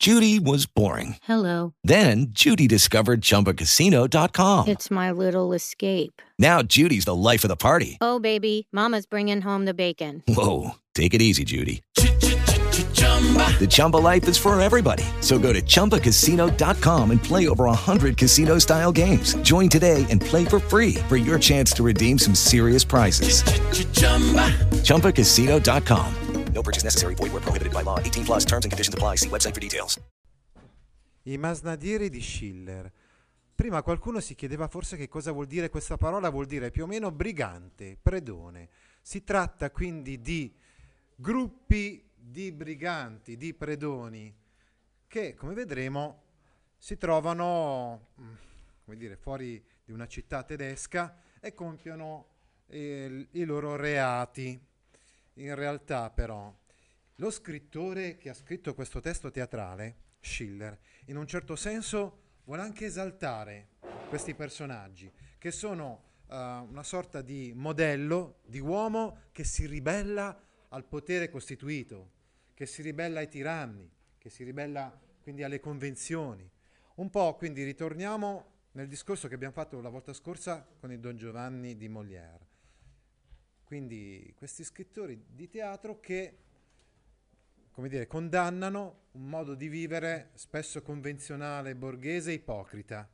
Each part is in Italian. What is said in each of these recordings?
Judy was boring. Hello. Then Judy discovered ChumbaCasino.com. It's my little escape. Now Judy's the life of the party. Oh, baby, mama's bringing home the bacon. Whoa, take it easy, Judy. The Chumba life is for everybody. So go to ChumbaCasino.com and play over 100 casino-style games. Join today and play for free for your chance to redeem some serious prizes. ChumbaCasino.com. No purchase necessary. Void where prohibited by law. 18 plus terms and conditions apply. See website for details. I masnadieri di Schiller. Prima qualcuno si chiedeva forse che cosa vuol dire questa parola. Vuol dire più o meno brigante, predone. Si tratta quindi di gruppi di briganti, di predoni, che come vedremo si trovano come dire, fuori di una città tedesca e compiono i loro reati. In realtà però lo scrittore che ha scritto questo testo teatrale, Schiller, in un certo senso vuole anche esaltare questi personaggi che sono una sorta di modello di uomo che si ribella al potere costituito, che si ribella ai tiranni, che si ribella quindi alle convenzioni. Un po' quindi ritorniamo nel discorso che abbiamo fatto la volta scorsa con il Don Giovanni di Molière. Quindi questi scrittori di teatro che, come dire, condannano un modo di vivere spesso convenzionale, borghese, ipocrita.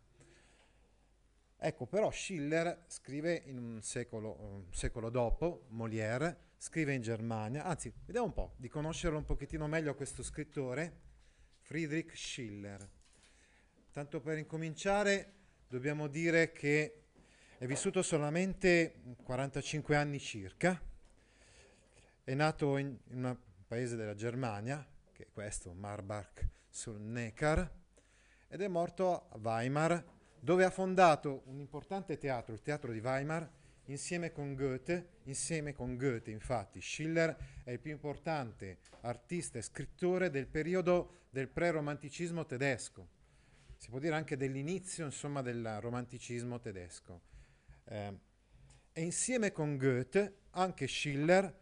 Ecco, però Schiller scrive in un secolo dopo, Molière, scrive in Germania, anzi, vediamo un po' di conoscerlo un pochettino meglio questo scrittore, Friedrich Schiller. Tanto per incominciare, dobbiamo dire che è vissuto solamente 45 anni circa, è nato in un paese della Germania, che è questo, Marbach sul Neckar, ed è morto a Weimar, dove ha fondato un importante teatro, il Teatro di Weimar, insieme con Goethe. Infatti Schiller è il più importante artista e scrittore del periodo del pre-romanticismo tedesco, si può dire anche dell'inizio, insomma, del romanticismo tedesco. E insieme con Goethe anche Schiller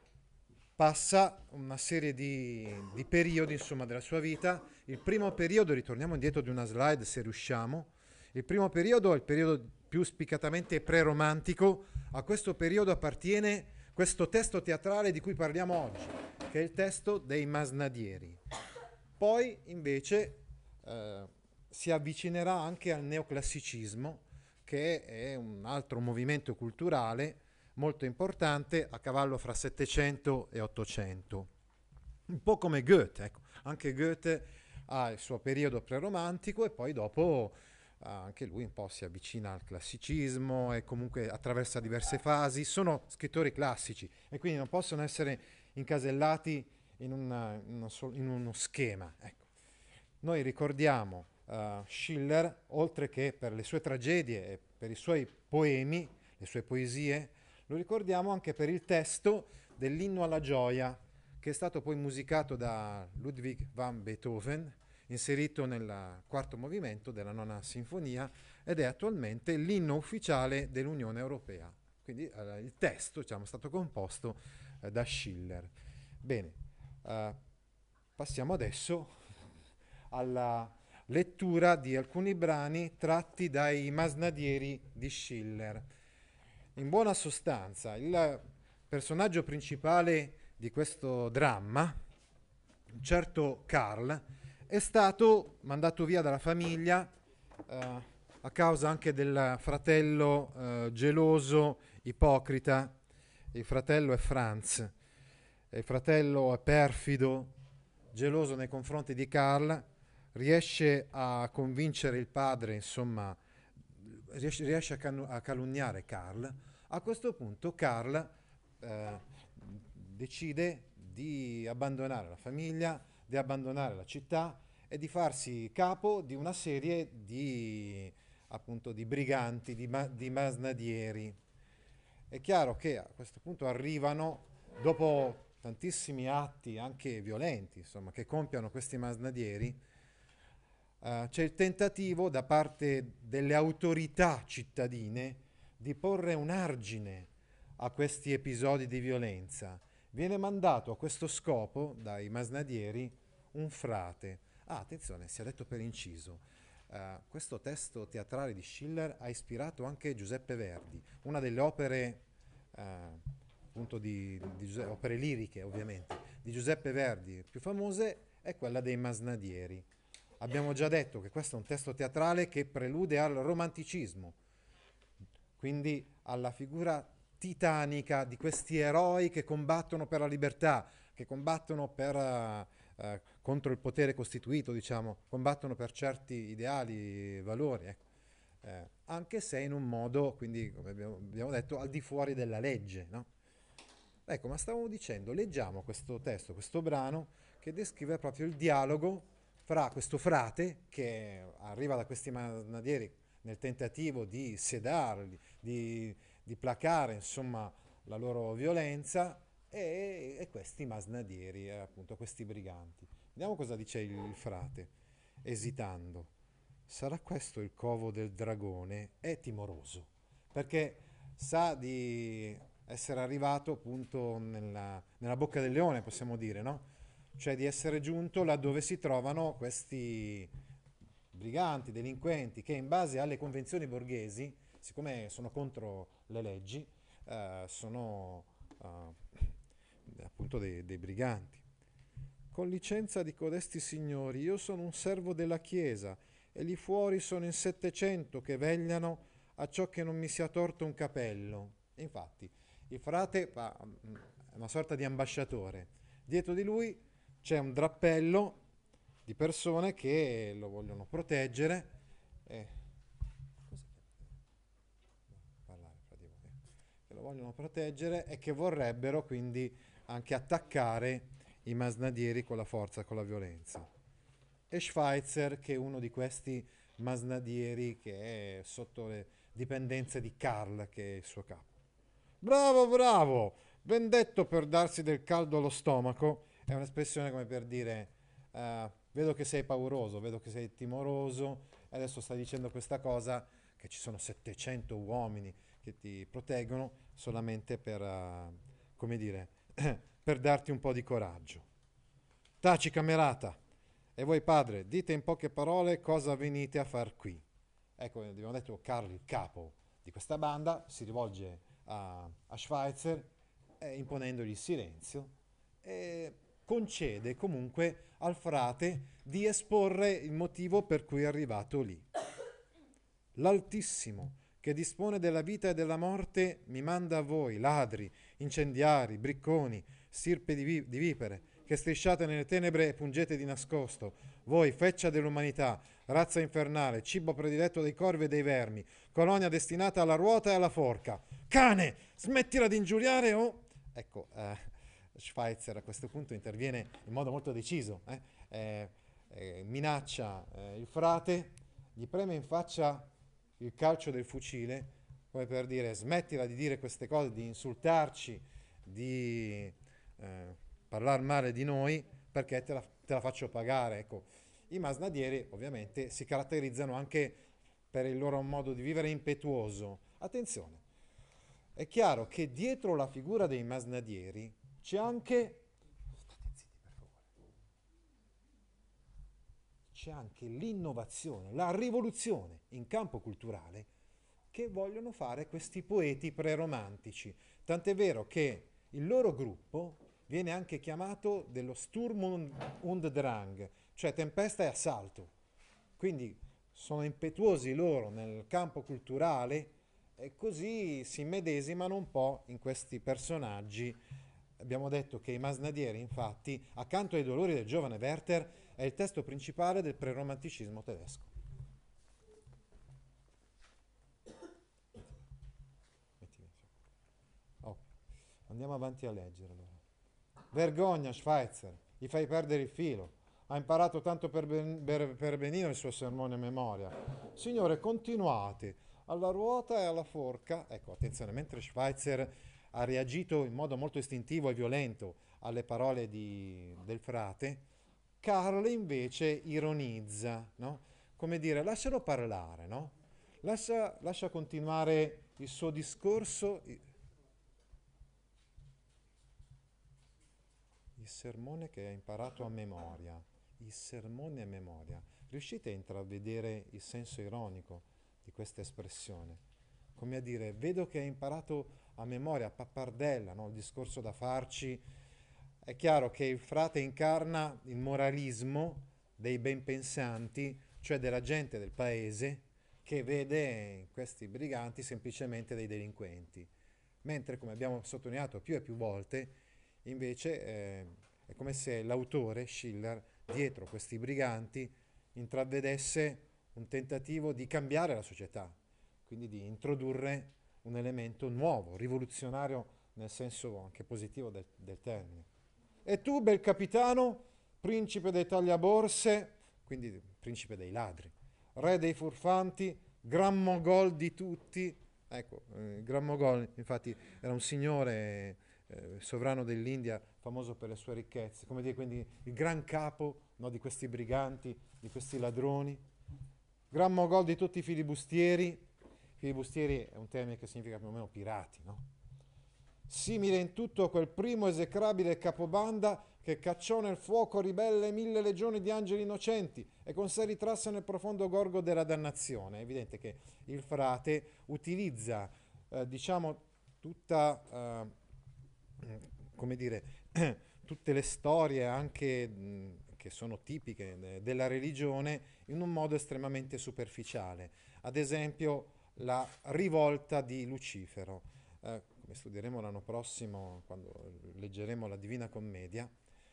passa una serie di periodi, insomma, della sua vita. Il primo periodo, ritorniamo indietro di una slide se riusciamo, il primo periodo è il periodo più spiccatamente pre-romantico. A questo periodo appartiene questo testo teatrale di cui parliamo oggi, che è il testo dei Masnadieri. Poi invece si avvicinerà anche al neoclassicismo, che è un altro movimento culturale molto importante a cavallo fra 700 e 800. Un po' come Goethe, ecco. Anche Goethe ha il suo periodo preromantico e poi dopo anche lui un po' si avvicina al classicismo e comunque attraversa diverse fasi. Sono scrittori classici e quindi non possono essere incasellati in uno schema. Ecco. Noi ricordiamo Schiller, oltre che per le sue tragedie e per i suoi poemi, le sue poesie, lo ricordiamo anche per il testo dell'Inno alla gioia, che è stato poi musicato da Ludwig van Beethoven, inserito nel quarto movimento della nona sinfonia, ed è attualmente l'inno ufficiale dell'Unione Europea. Quindi il testo, diciamo, è stato composto da Schiller. Bene, passiamo adesso alla lettura di alcuni brani tratti dai Masnadieri di Schiller. In buona sostanza, il personaggio principale di questo dramma, un certo Karl, è stato mandato via dalla famiglia a causa anche del fratello geloso, ipocrita. Il fratello è Franz, il fratello è perfido, geloso nei confronti di Karl, riesce a convincere il padre, insomma, riesce a calunniare Karl. A questo punto Karl decide di abbandonare la famiglia, di abbandonare la città e di farsi capo di una serie di, appunto, di briganti, di masnadieri. È chiaro che a questo punto arrivano, dopo tantissimi atti anche violenti, insomma, che compiono questi masnadieri, c'è il tentativo da parte delle autorità cittadine di porre un argine a questi episodi di violenza. Viene mandato a questo scopo dai masnadieri un frate, Attenzione, sia detto per inciso, questo testo teatrale di Schiller ha ispirato anche Giuseppe Verdi, una delle opere, appunto opere liriche ovviamente, di Giuseppe Verdi più famose è quella dei Masnadieri. Abbiamo già detto che questo è un testo teatrale che prelude al romanticismo, quindi alla figura titanica di questi eroi che combattono per la libertà, che combattono contro il potere costituito, diciamo, combattono per certi ideali, valori, ecco. Anche se in un modo, quindi, come abbiamo detto, al di fuori della legge, no? Ecco, ma stavamo dicendo, leggiamo questo testo, questo brano, che descrive proprio il dialogo fra questo frate che arriva da questi manadieri nel tentativo di sedarli, di placare, insomma, la loro violenza e questi masnadieri, appunto, questi briganti. Vediamo cosa dice il frate, esitando. Sarà questo il covo del dragone? È timoroso, perché sa di essere arrivato appunto nella bocca del leone, possiamo dire, no? Cioè di essere giunto laddove si trovano questi briganti, delinquenti, che in base alle convenzioni borghesi, siccome sono contro le leggi, sono appunto dei briganti. Con licenza di codesti signori, io sono un servo della Chiesa e lì fuori sono in 700 che vegliano a ciò che non mi sia torto un capello. E infatti, il frate è una sorta di ambasciatore. Dietro di lui c'è un drappello di persone che lo vogliono proteggere. Che lo vogliono proteggere e che vorrebbero quindi anche attaccare i masnadieri con la forza, con la violenza. E Schweitzer, che è uno di questi masnadieri che è sotto le dipendenze di Karl, che è il suo capo. Bravo, bravo! Ben detto per darsi del caldo allo stomaco. È un'espressione come per dire vedo che sei pauroso, vedo che sei timoroso e adesso stai dicendo questa cosa che ci sono 700 uomini che ti proteggono solamente per, come dire, per darti un po' di coraggio. Taci, camerata! E voi, padre, dite in poche parole cosa venite a far qui. Ecco, abbiamo detto Karl, il capo di questa banda, si rivolge a Schweitzer imponendogli il silenzio e concede comunque al frate di esporre il motivo per cui è arrivato lì. L'Altissimo, che dispone della vita e della morte, mi manda a voi, ladri, incendiari, bricconi, stirpe di vipere, che strisciate nelle tenebre e pungete di nascosto, voi, feccia dell'umanità, razza infernale, cibo prediletto dei corvi e dei vermi, colonia destinata alla ruota e alla forca. Cane, smettila di ingiuriare o... Ecco, Schweitzer a questo punto interviene in modo molto deciso, minaccia il frate, gli preme in faccia il calcio del fucile, come per dire smettila di dire queste cose, di insultarci, di parlare male di noi, perché te la faccio pagare. Ecco, i masnadieri ovviamente si caratterizzano anche per il loro modo di vivere impetuoso. Attenzione, è chiaro che dietro la figura dei masnadieri c'è anche... State zitti, per favore. C'è anche l'innovazione, la rivoluzione in campo culturale che vogliono fare questi poeti preromantici. Tant'è vero che il loro gruppo viene anche chiamato dello Sturm und Drang, cioè tempesta e assalto. Quindi sono impetuosi loro nel campo culturale e così si immedesimano un po' in questi personaggi. Abbiamo detto che i masnadieri, infatti, accanto ai dolori del giovane Werther, è il testo principale del preromanticismo tedesco. Oh, andiamo avanti a leggere allora. Vergogna, Schweitzer, gli fai perdere il filo. Ha imparato tanto per benino il suo sermone a memoria. Signore, continuate alla ruota e alla forca. Ecco, attenzione, mentre Schweitzer ha reagito in modo molto istintivo e violento alle parole del frate, Karl invece ironizza, no? Come dire, lascialo parlare, no? Lascia continuare il suo discorso. Il sermone che ha imparato a memoria. i sermoni a memoria. Riuscite a intravedere il senso ironico di questa espressione? Come a dire, vedo che hai imparato a memoria, a pappardella, no? Il discorso da farci. È chiaro che il frate incarna il moralismo dei ben pensanti, cioè della gente del paese, che vede in questi briganti semplicemente dei delinquenti. Mentre, come abbiamo sottolineato più e più volte, invece è come se l'autore, Schiller, dietro questi briganti, intravedesse un tentativo di cambiare la società, quindi di introdurre un elemento nuovo, rivoluzionario nel senso anche positivo del termine. E tu, bel capitano, principe dei tagliaborse, quindi principe dei ladri, re dei furfanti, gran mogol di tutti. Ecco, Gran Mogol infatti era un signore sovrano dell'India, famoso per le sue ricchezze, come dire, quindi il gran capo, no, di questi briganti, di questi ladroni. Gran Mogol di tutti i filibustieri. Filibustieri è un termine che significa più o meno pirati, no? Simile in tutto a quel primo esecrabile capobanda che cacciò nel fuoco ribelle 1000 legioni di angeli innocenti e con sé ritrasse nel profondo gorgo della dannazione. È evidente che il frate utilizza, diciamo, come dire, tutte le storie anche che sono tipiche della religione in un modo estremamente superficiale. Ad esempio, la rivolta di Lucifero. Come studieremo l'anno prossimo, quando leggeremo la Divina Commedia,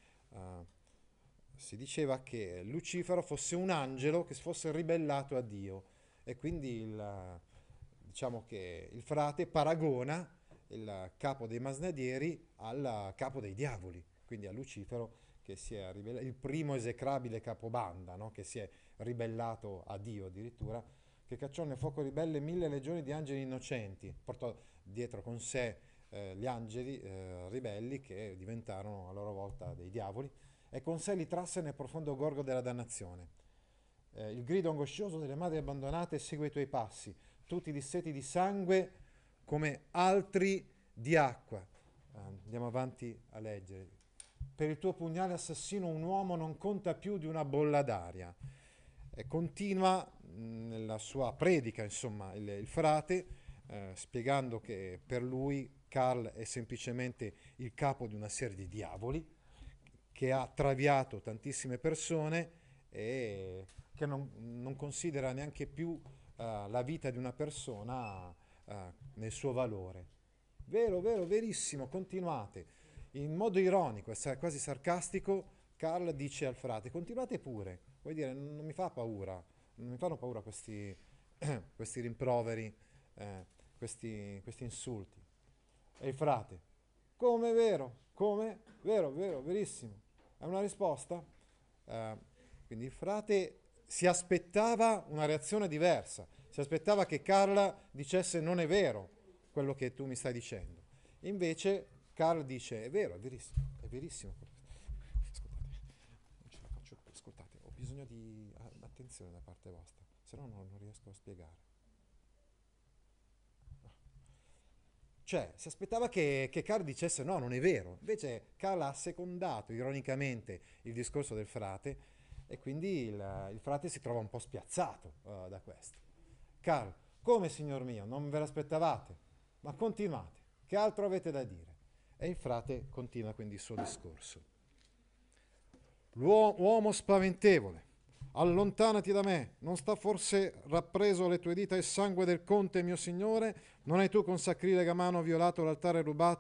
si diceva che Lucifero fosse un angelo che si fosse ribellato a Dio e quindi diciamo che il frate paragona il capo dei masnadieri al capo dei diavoli, quindi a Lucifero che si è ribellato, il primo esecrabile capobanda, no? Che si è ribellato a Dio addirittura, che cacciò nel fuoco ribelle 1000 legioni di angeli innocenti, portò dietro con sé gli angeli ribelli che diventarono a loro volta dei diavoli e con sé li trasse nel profondo gorgo della dannazione. Il grido angoscioso delle madri abbandonate segue i tuoi passi, tutti disseti di sangue come altri di acqua. Andiamo avanti a leggere. Per il tuo pugnale assassino un uomo non conta più di una bolla d'aria. E continua nella sua predica, insomma, il frate, spiegando che per lui Karl è semplicemente il capo di una serie di diavoli che ha traviato tantissime persone e che non considera neanche più la vita di una persona nel suo valore. Vero, vero, verissimo, continuate. In modo ironico e quasi sarcastico, Karl dice al frate, continuate pure, vuol dire, non mi fa paura, non mi fanno paura questi rimproveri, questi insulti. E il frate, come vero, come? Vero, vero, verissimo. È una risposta? Quindi il frate si aspettava una reazione diversa, si aspettava che Karl dicesse non è vero quello che tu mi stai dicendo. Invece Karl dice è vero, è verissimo, è verissimo. Ascoltate, non ce la faccio più, ascoltate, ho bisogno di attenzione da parte vostra, se no non riesco a spiegare. Cioè, si aspettava che Karl dicesse no, non è vero. Invece Karl ha secondato ironicamente il discorso del frate e quindi il frate si trova un po' spiazzato da questo. Karl, come signor mio, non ve l'aspettavate? Ma continuate, che altro avete da dire? E il frate continua quindi il suo discorso. Uomo spaventevole, allontanati da me, non sta forse rappreso alle tue dita il sangue del conte mio signore? Non hai tu con sacrilega mano violato l'altare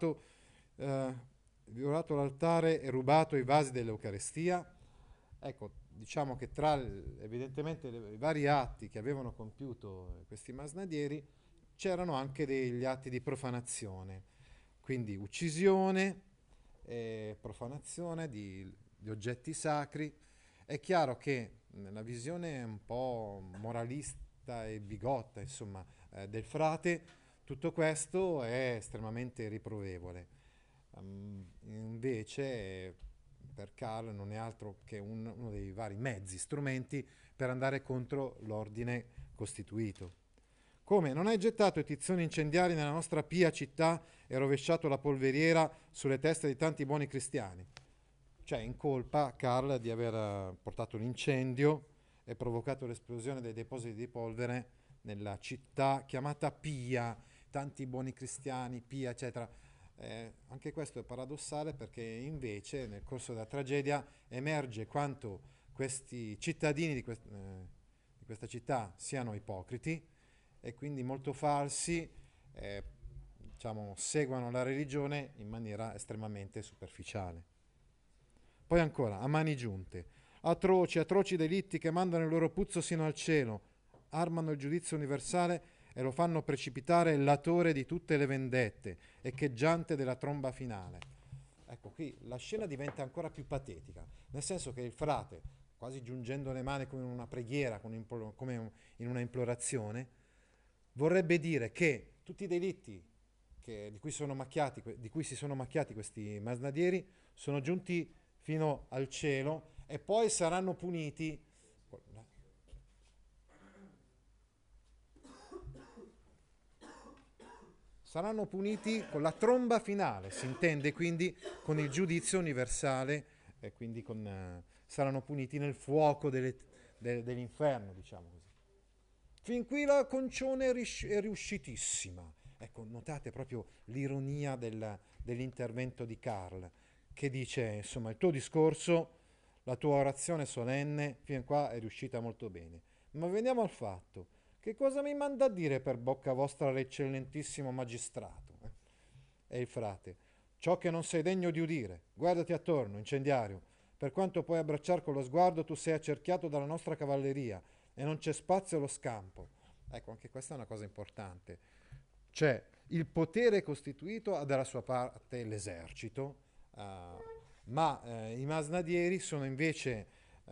e rubato i vasi dell'Eucarestia? Ecco, diciamo che tra evidentemente i vari atti che avevano compiuto questi masnadieri c'erano anche degli atti di profanazione, quindi uccisione, profanazione di oggetti sacri. È chiaro che nella visione un po' moralista e bigotta, insomma, del frate, tutto questo è estremamente riprovevole. Invece per Karl non è altro che uno dei vari mezzi, strumenti per andare contro l'ordine costituito. Come? Non hai gettato i tizzoni incendiari nella nostra pia città e rovesciato la polveriera sulle teste di tanti buoni cristiani? cioè incolpa Karl di aver portato l'incendio e provocato l'esplosione dei depositi di polvere nella città chiamata Pia, tanti buoni cristiani, Pia, eccetera. Anche questo è paradossale, perché invece nel corso della tragedia emerge quanto questi cittadini di questa città siano ipocriti e quindi molto falsi, diciamo, seguano la religione in maniera estremamente superficiale. Poi ancora, a mani giunte, atroci, atroci delitti che mandano il loro puzzo sino al cielo, armano il giudizio universale e lo fanno precipitare latore di tutte le vendette, echeggiante della tromba finale. Ecco, qui la scena diventa ancora più patetica, nel senso che il frate, quasi giungendo le mani come in una preghiera, come in una implorazione, vorrebbe dire che tutti i delitti di cui si sono macchiati questi masnadieri sono giunti fino al cielo e poi saranno puniti con la tromba finale, si intende quindi con il giudizio universale, e quindi saranno puniti nel fuoco dell'inferno, diciamo così. Fin qui la concione è riuscitissima. Ecco, notate proprio l'ironia dell'intervento di Karl, che dice, insomma, il tuo discorso, la tua orazione solenne, fin qua è riuscita molto bene. Ma veniamo al fatto. Che cosa mi manda a dire per bocca vostra l'eccellentissimo magistrato? E il frate. Ciò che non sei degno di udire. Guardati attorno, incendiario. Per quanto puoi abbracciar con lo sguardo, tu sei accerchiato dalla nostra cavalleria e non c'è spazio allo scampo. Ecco, anche questa è una cosa importante. Cioè, il potere costituito ha dalla sua parte l'esercito, ma i masnadieri sono invece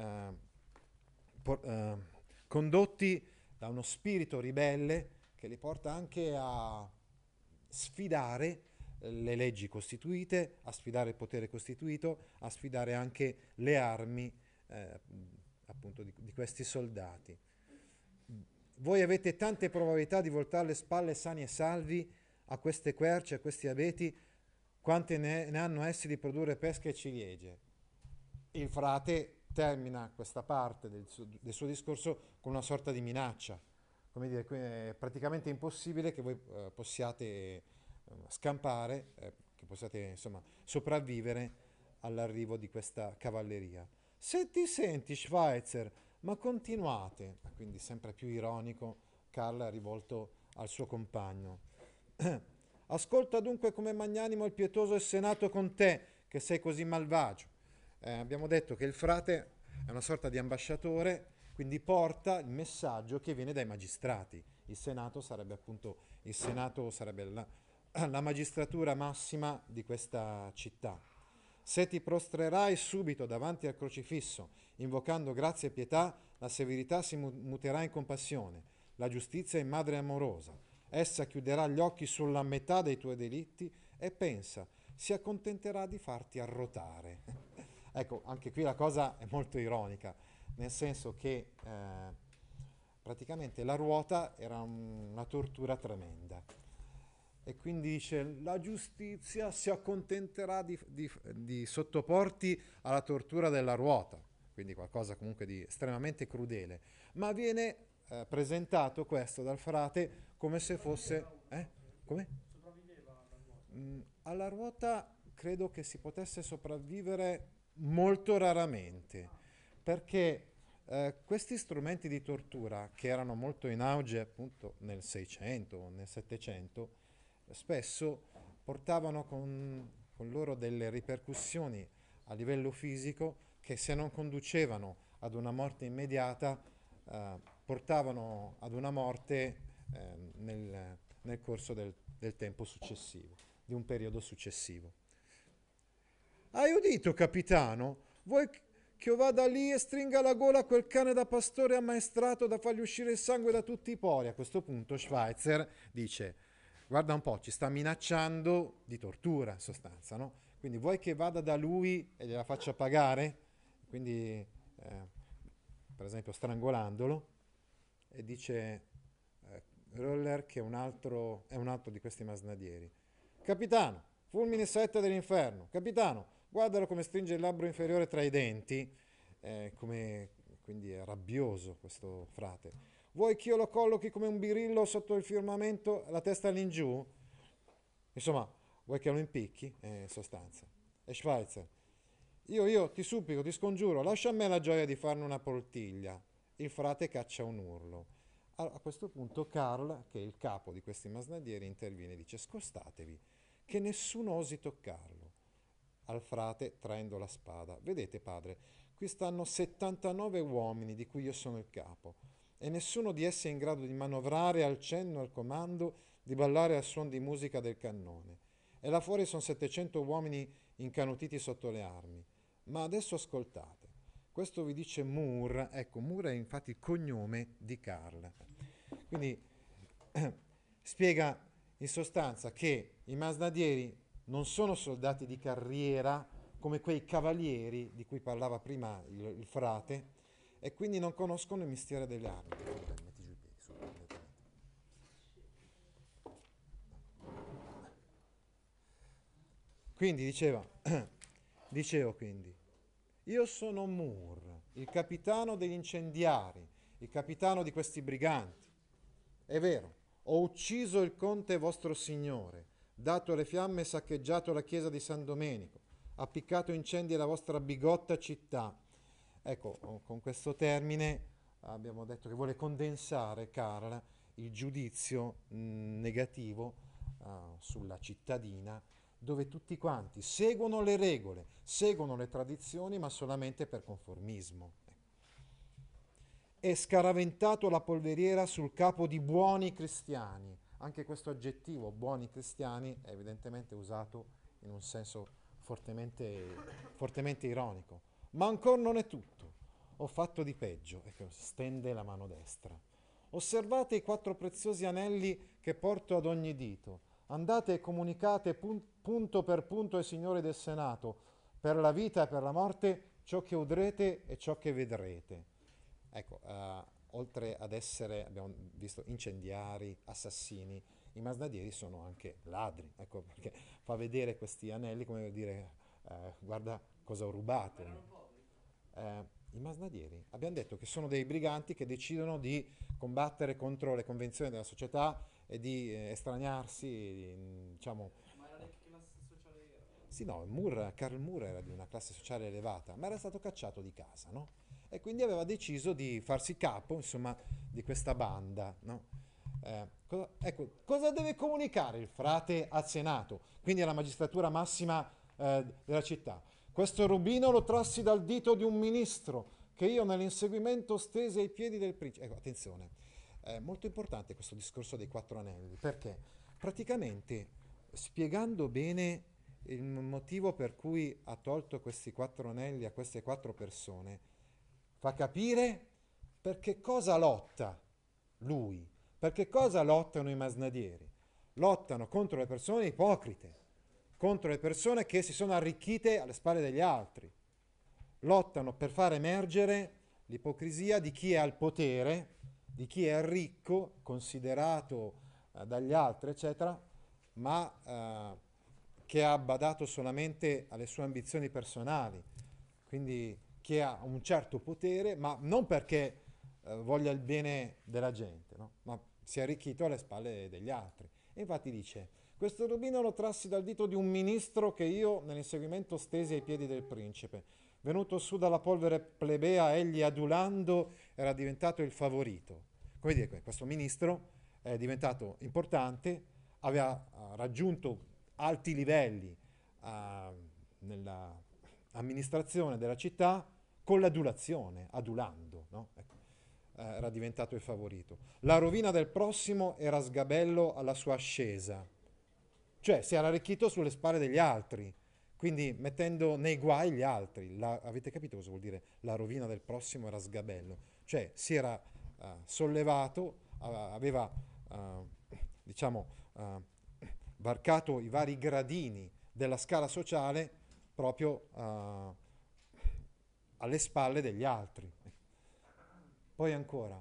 condotti da uno spirito ribelle che li porta anche a sfidare le leggi costituite, a sfidare il potere costituito, a sfidare anche le armi appunto di questi soldati. Voi avete tante probabilità di voltare le spalle sani e salvi a queste querce, a questi abeti, quante ne hanno essi di produrre pesche e ciliegie. Il frate termina questa parte del suo discorso con una sorta di minaccia. Come dire, è praticamente impossibile che voi possiate scampare, che possiate insomma sopravvivere all'arrivo di questa cavalleria. Se ti senti, Schweitzer, ma continuate. Quindi sempre più ironico, Karl è rivolto al suo compagno. Ascolta dunque come magnanimo il pietoso e senato con te, che sei così malvagio. Abbiamo detto che il frate è una sorta di ambasciatore, quindi porta il messaggio che viene dai magistrati. Il senato sarebbe la magistratura massima di questa città. Se ti prostrerai subito davanti al crocifisso, invocando grazia e pietà, la severità si muterà in compassione, la giustizia in madre amorosa. Essa chiuderà gli occhi sulla metà dei tuoi delitti e pensa, si accontenterà di farti arrotare. Ecco, anche qui la cosa è molto ironica, nel senso che praticamente la ruota era una tortura tremenda. E quindi dice, la giustizia si accontenterà di sottoporti alla tortura della ruota, quindi qualcosa comunque di estremamente crudele, ma viene presentato questo dal frate come se fosse... Come? Alla ruota credo che si potesse sopravvivere molto raramente, perché questi strumenti di tortura, che erano molto in auge appunto nel 600 o nel 700, spesso portavano con loro delle ripercussioni a livello fisico che, se non conducevano ad una morte immediata, portavano ad una morte nel corso del tempo successivo, di un periodo successivo. Hai udito, capitano? Vuoi che io vada lì e stringa la gola a quel cane da pastore ammaestrato da fargli uscire il sangue da tutti i pori? A questo punto Schweitzer dice, guarda un po', ci sta minacciando di tortura in sostanza, no? Quindi vuoi che vada da lui e gliela faccia pagare? Quindi, per esempio, strangolandolo, e dice Roller, che è un altro di questi masnadieri. Capitano, fulmine sette dell'inferno, capitano, Guardalo come stringe il labbro inferiore tra i denti, quindi è rabbioso questo frate. Vuoi che io lo collochi come un birillo sotto il firmamento, la testa all'ingiù? Insomma, vuoi che lo impicchi? In sostanza. E Schweitzer, io ti supplico, ti scongiuro, lascia a me la gioia di farne una poltiglia. Il frate caccia un urlo. A questo punto Karl, che è il capo di questi masnadieri, interviene e dice: scostatevi, che nessuno osi toccarlo. Al frate, traendo la spada: vedete, padre, qui stanno 79 uomini di cui io sono il capo, e nessuno di essi è in grado di manovrare al cenno e al comando, di ballare al suon di musica del cannone. E là fuori sono 700 uomini incanutiti sotto le armi. Ma adesso ascoltate. Questo vi dice Moore, ecco, Moore è infatti il cognome di Karl. Quindi spiega in sostanza che i masnadieri non sono soldati di carriera come quei cavalieri di cui parlava prima il frate, e quindi non conoscono il mistero delle armi. Metti giù i piedi, su, quindi dicevo quindi, io sono Moore, il capitano degli incendiari, il capitano di questi briganti. È vero, ho ucciso il conte vostro signore, dato alle fiamme e saccheggiato la chiesa di San Domenico, appiccato incendi alla vostra bigotta città. Ecco, con questo termine abbiamo detto che vuole condensare Karl il giudizio negativo sulla cittadina, dove tutti quanti seguono le regole, seguono le tradizioni, ma solamente per conformismo. È scaraventato la polveriera sul capo di buoni cristiani. Anche questo aggettivo, buoni cristiani, è evidentemente usato in un senso fortemente ironico. Ma ancora non è tutto. Ho fatto di peggio. Ecco, stende la mano destra. Osservate i 4 preziosi anelli che porto ad ogni dito. Andate e comunicate punto per punto ai signori del Senato, per la vita e per la morte, ciò che udrete e ciò che vedrete. Ecco, oltre ad essere, abbiamo visto, incendiari, assassini, i masnadieri sono anche ladri. Ecco, perché fa vedere questi anelli come dire, guarda cosa ho rubato. I masnadieri, abbiamo detto che sono dei briganti che decidono di combattere contro le convenzioni della società e di estraniarsi, diciamo. Ma era che classe sociale era? Sì, no, Karl Moore era di una classe sociale elevata, ma era stato cacciato di casa, no? E quindi aveva deciso di farsi capo, insomma, di questa banda, no? Cosa deve comunicare il frate al Senato, quindi alla magistratura massima della città? Questo rubino lo trassi dal dito di un ministro che io nell'inseguimento stese ai piedi del principe. Ecco, attenzione, è molto importante questo discorso dei 4 anelli, perché praticamente, spiegando bene il motivo per cui ha tolto questi 4 anelli a queste 4 persone, fa capire per che cosa lotta lui, per che cosa lottano i masnadieri. Lottano contro le persone ipocrite, contro le persone che si sono arricchite alle spalle degli altri. Lottano per far emergere l'ipocrisia di chi è al potere, di chi è ricco, considerato dagli altri, eccetera, ma che ha badato solamente alle sue ambizioni personali. Quindi che ha un certo potere, ma non perché voglia il bene della gente, no? Ma si è arricchito alle spalle degli altri. E infatti dice: questo rubino lo trassi dal dito di un ministro che io nell'inseguimento stesi ai piedi del principe. Venuto su dalla polvere plebea, egli adulando era diventato il favorito. Come dire, questo ministro è diventato importante, aveva raggiunto alti livelli nella amministrazione della città con l'adulazione, adulando, no? Ecco, era diventato il favorito. La rovina del prossimo era sgabello alla sua ascesa, cioè si era arricchito sulle spalle degli altri, quindi mettendo nei guai gli altri. Avete capito cosa vuol dire la rovina del prossimo era sgabello? Cioè si era sollevato, aveva varcato i vari gradini della scala sociale proprio alle spalle degli altri. Poi ancora,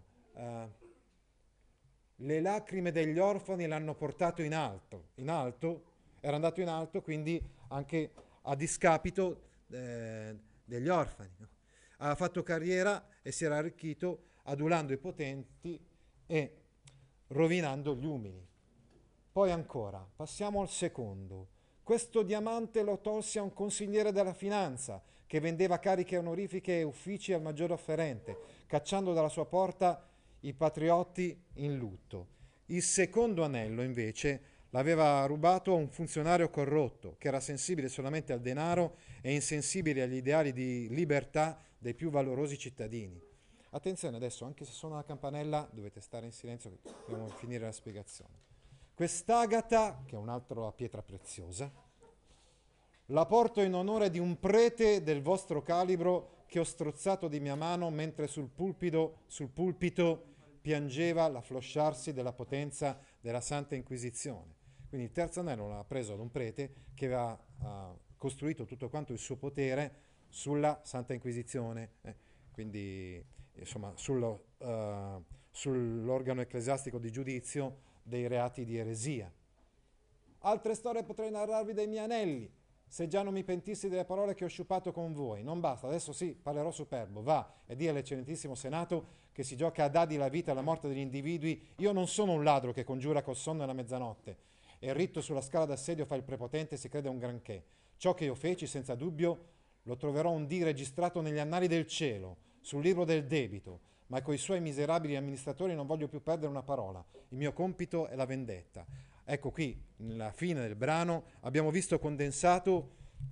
le lacrime degli orfani l'hanno portato in alto, era andato in alto, quindi anche a discapito degli orfani, no? Ha fatto carriera e si era arricchito adulando i potenti e rovinando gli umili. Poi ancora, passiamo al secondo. Questo diamante lo tolse a un consigliere della finanza che vendeva cariche onorifiche e uffici al maggior offerente, cacciando dalla sua porta i patriotti in lutto. Il secondo anello, invece, l'aveva rubato a un funzionario corrotto, che era sensibile solamente al denaro e insensibile agli ideali di libertà dei più valorosi cittadini. Attenzione adesso, anche se suona la campanella, dovete stare in silenzio, dobbiamo finire la spiegazione. Quest'agata, che è un'altra pietra preziosa, la porto in onore di un prete del vostro calibro che ho strozzato di mia mano mentre sul pulpito piangeva l'afflosciarsi della potenza della Santa Inquisizione. Quindi il terzo anello l'ha preso ad un prete che aveva costruito tutto quanto il suo potere sulla Santa Inquisizione, quindi insomma sull'organo ecclesiastico di giudizio dei reati di eresia. Altre storie potrei narrarvi dei miei anelli, se già non mi pentissi delle parole che ho sciupato con voi. Non basta, adesso sì, parlerò superbo. Va e di all'eccellentissimo Senato che si gioca a dadi la vita e la morte degli individui. Io non sono un ladro che congiura col sonno e la mezzanotte e ritto sulla scala d'assedio fa il prepotente e si crede un granché. Ciò che io feci, senza dubbio, lo troverò un dì registrato negli annali del cielo, sul libro del debito, ma coi suoi miserabili amministratori non voglio più perdere una parola. Il mio compito è la vendetta. Ecco qui, nella fine del brano, abbiamo visto condensato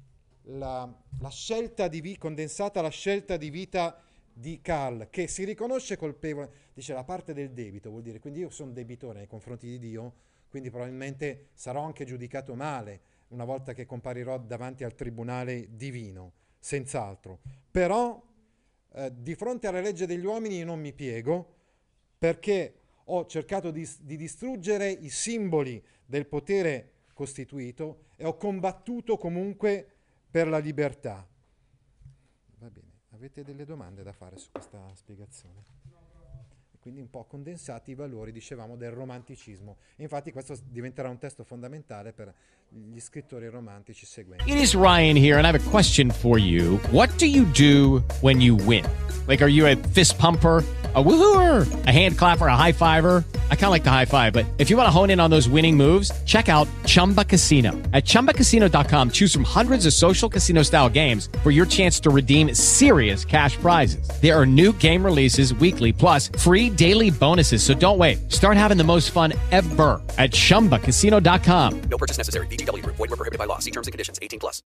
condensata la scelta di vita di Karl, che si riconosce colpevole, dice la parte del debito, vuol dire, quindi io sono debitore nei confronti di Dio, quindi probabilmente sarò anche giudicato male una volta che comparirò davanti al tribunale divino, senz'altro. Però di fronte alla legge degli uomini io non mi piego, perché ho cercato di distruggere i simboli del potere costituito e ho combattuto comunque per la libertà. Va bene, avete delle domande da fare su questa spiegazione? Quindi un po' condensati i valori, dicevamo, del romanticismo. E infatti questo diventerà un testo fondamentale per gli scrittori romantici seguenti. It is Ryan here, and I have a question for you. What do you do when you win? Like, are you a fist pumper, a woohooer, a hand clapper, a high fiver? I kind of like the high five, but if you want to hone in on those winning moves, check out Chumba Casino. At ChumbaCasino.com, choose from hundreds of social casino-style games for your chance to redeem serious cash prizes. There are new game releases weekly, plus free daily bonuses, so don't wait. Start having the most fun ever at ChumbaCasino.com. No purchase necessary. VGW Group. Void where prohibited by law. See terms and conditions. 18+.